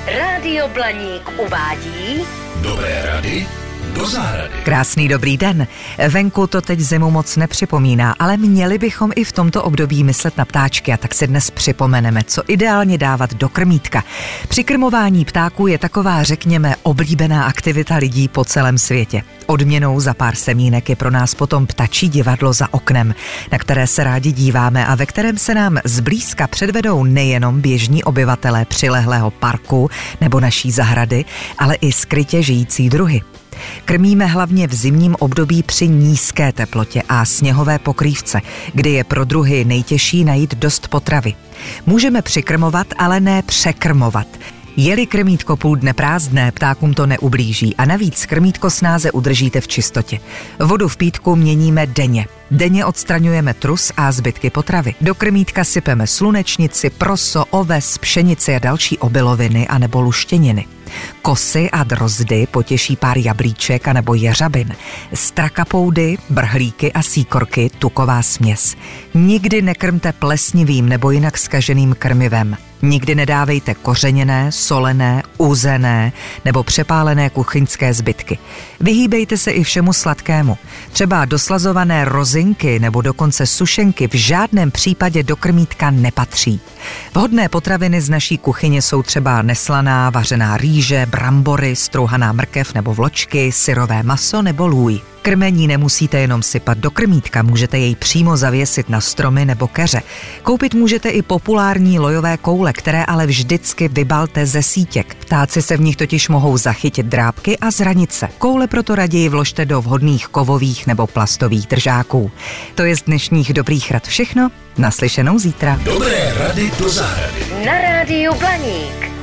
Rádio Blaník uvádí Dobré rady do zahrady. Krásný dobrý den. Venku to teď zimu moc nepřipomíná, ale měli bychom i v tomto období myslet na ptáčky, a tak si dnes připomeneme, co ideálně dávat do krmítka. Přikrmování ptáků je taková, řekněme, oblíbená aktivita lidí po celém světě. Odměnou za pár semínek je pro nás potom ptačí divadlo za oknem, na které se rádi díváme a ve kterém se nám zblízka předvedou nejenom běžní obyvatelé přilehlého parku nebo naší zahrady, ale i skrytě žijící druhy. Krmíme hlavně v zimním období při nízké teplotě a sněhové pokrývce, kdy je pro druhy nejtěžší najít dost potravy. Můžeme přikrmovat, ale ne překrmovat. Je-li krmítko půl dne prázdné, ptákům to neublíží a navíc krmítko snáze udržíte v čistotě. Vodu v pítku měníme denně. Denně odstraňujeme trus a zbytky potravy. Do krmítka sypeme slunečnici, proso, oves, pšenici a další obiloviny anebo luštěniny. Kosy a drozdy potěší pár jablíček anebo jeřabin. Strakapoudy, brhlíky a síkorky, tuková směs. Nikdy nekrmte plesnivým nebo jinak zkaženým krmivem. Nikdy nedávejte kořeněné, solené, uzené nebo přepálené kuchyňské zbytky. Vyhýbejte se i všemu sladkému. Třeba doslazované rozinky nebo dokonce sušenky v žádném případě do krmítka nepatří. Vhodné potraviny z naší kuchyně jsou třeba neslaná, vařená rýže, brambory, strouhaná mrkev nebo vločky, syrové maso nebo lůj. Krmení nemusíte jenom sypat do krmítka, můžete jej přímo zavěsit na stromy nebo keře. Koupit můžete i populární lojové koule, které ale vždycky vybalte ze sítěk. Ptáci se v nich totiž mohou zachytit drápky a zranit se. Koule proto raději vložte do vhodných kovových nebo plastových držáků. To je z dnešních dobrých rad všechno. Naslyšenou zítra. Dobré rady do zahrady. na Rádiu Blaník.